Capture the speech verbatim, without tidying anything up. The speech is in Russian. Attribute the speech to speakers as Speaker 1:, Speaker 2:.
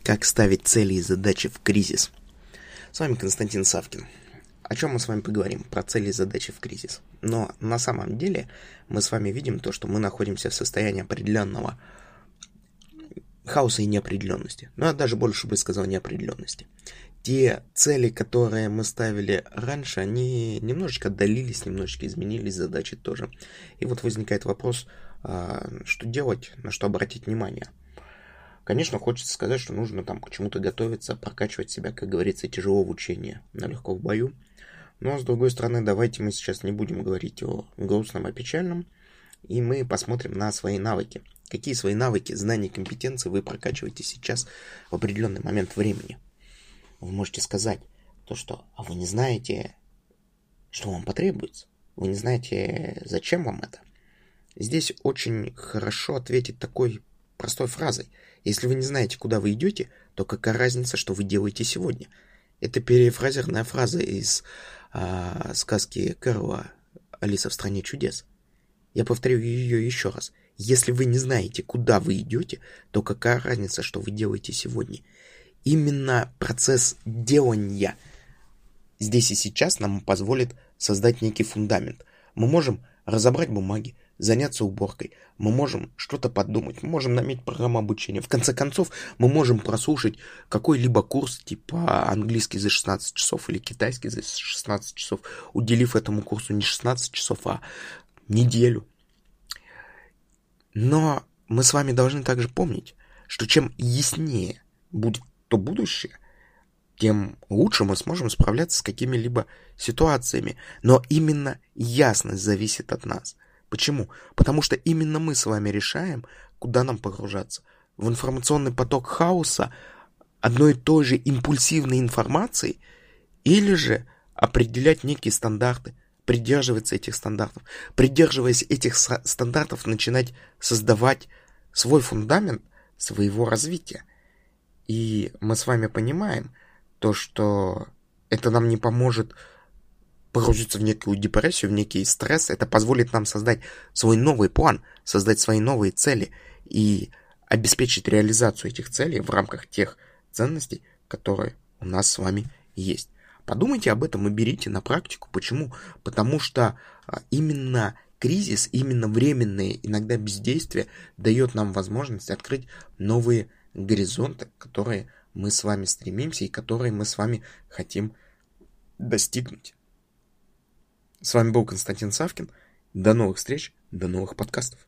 Speaker 1: Как ставить цели и задачи в кризис. С вами Константин Савкин. О чем мы с вами поговорим? Про цели и задачи в кризис. Но на самом деле мы с вами видим то, что мы находимся в состоянии определенного хаоса и неопределенности. Ну, я даже больше бы сказал неопределенности. Те цели, которые мы ставили раньше, они немножечко отдалились, немножечко изменились, задачи тоже. И вот возникает вопрос, что делать, на что обратить внимание. Конечно, хочется сказать, что нужно там к чему-то готовиться, прокачивать себя, как говорится, тяжело в учении, но легко в бою. Но, с другой стороны, давайте мы сейчас не будем говорить о грустном, о печальном, и мы посмотрим на свои навыки. Какие свои навыки, знания, компетенции вы прокачиваете сейчас в определенный момент времени. Вы можете сказать то, что а вы не знаете, что вам потребуется. Вы не знаете, зачем вам это. Здесь очень хорошо ответить такой простой фразой. Если вы не знаете, куда вы идете, то какая разница, что вы делаете сегодня? Это перефразерная фраза из а, сказки Кэрролла «Алиса в стране чудес». Я повторю ее еще раз. Если вы не знаете, куда вы идете, то какая разница, что вы делаете сегодня? Именно процесс делания здесь и сейчас нам позволит создать некий фундамент. Мы можем разобрать бумаги, заняться уборкой, мы можем что-то подумать, мы можем наметить программу обучения. В конце концов, мы можем прослушать какой-либо курс, типа английский за шестнадцать часов или китайский за шестнадцать часов, уделив этому курсу не шестнадцать часов, а неделю. Но мы с вами должны также помнить, что чем яснее будет то будущее, тем лучше мы сможем справляться с какими-либо ситуациями. Но именно ясность зависит от нас. Почему? Потому что именно мы с вами решаем, куда нам погружаться. В информационный поток хаоса одной и той же импульсивной информации, или же определять некие стандарты, придерживаться этих стандартов. Придерживаясь этих стандартов, начинать создавать свой фундамент своего развития. И мы с вами понимаем то, что это нам не поможет погрузиться в некую депрессию, в некий стресс. Это позволит нам создать свой новый план, создать свои новые цели и обеспечить реализацию этих целей в рамках тех ценностей, которые у нас с вами есть. Подумайте об этом и берите на практику. Почему? Потому что именно кризис, именно временное иногда бездействие дает нам возможность открыть новые горизонты, которые мы с вами стремимся и которые мы с вами хотим достигнуть. С вами был Константин Савкин. До новых встреч, до новых подкастов.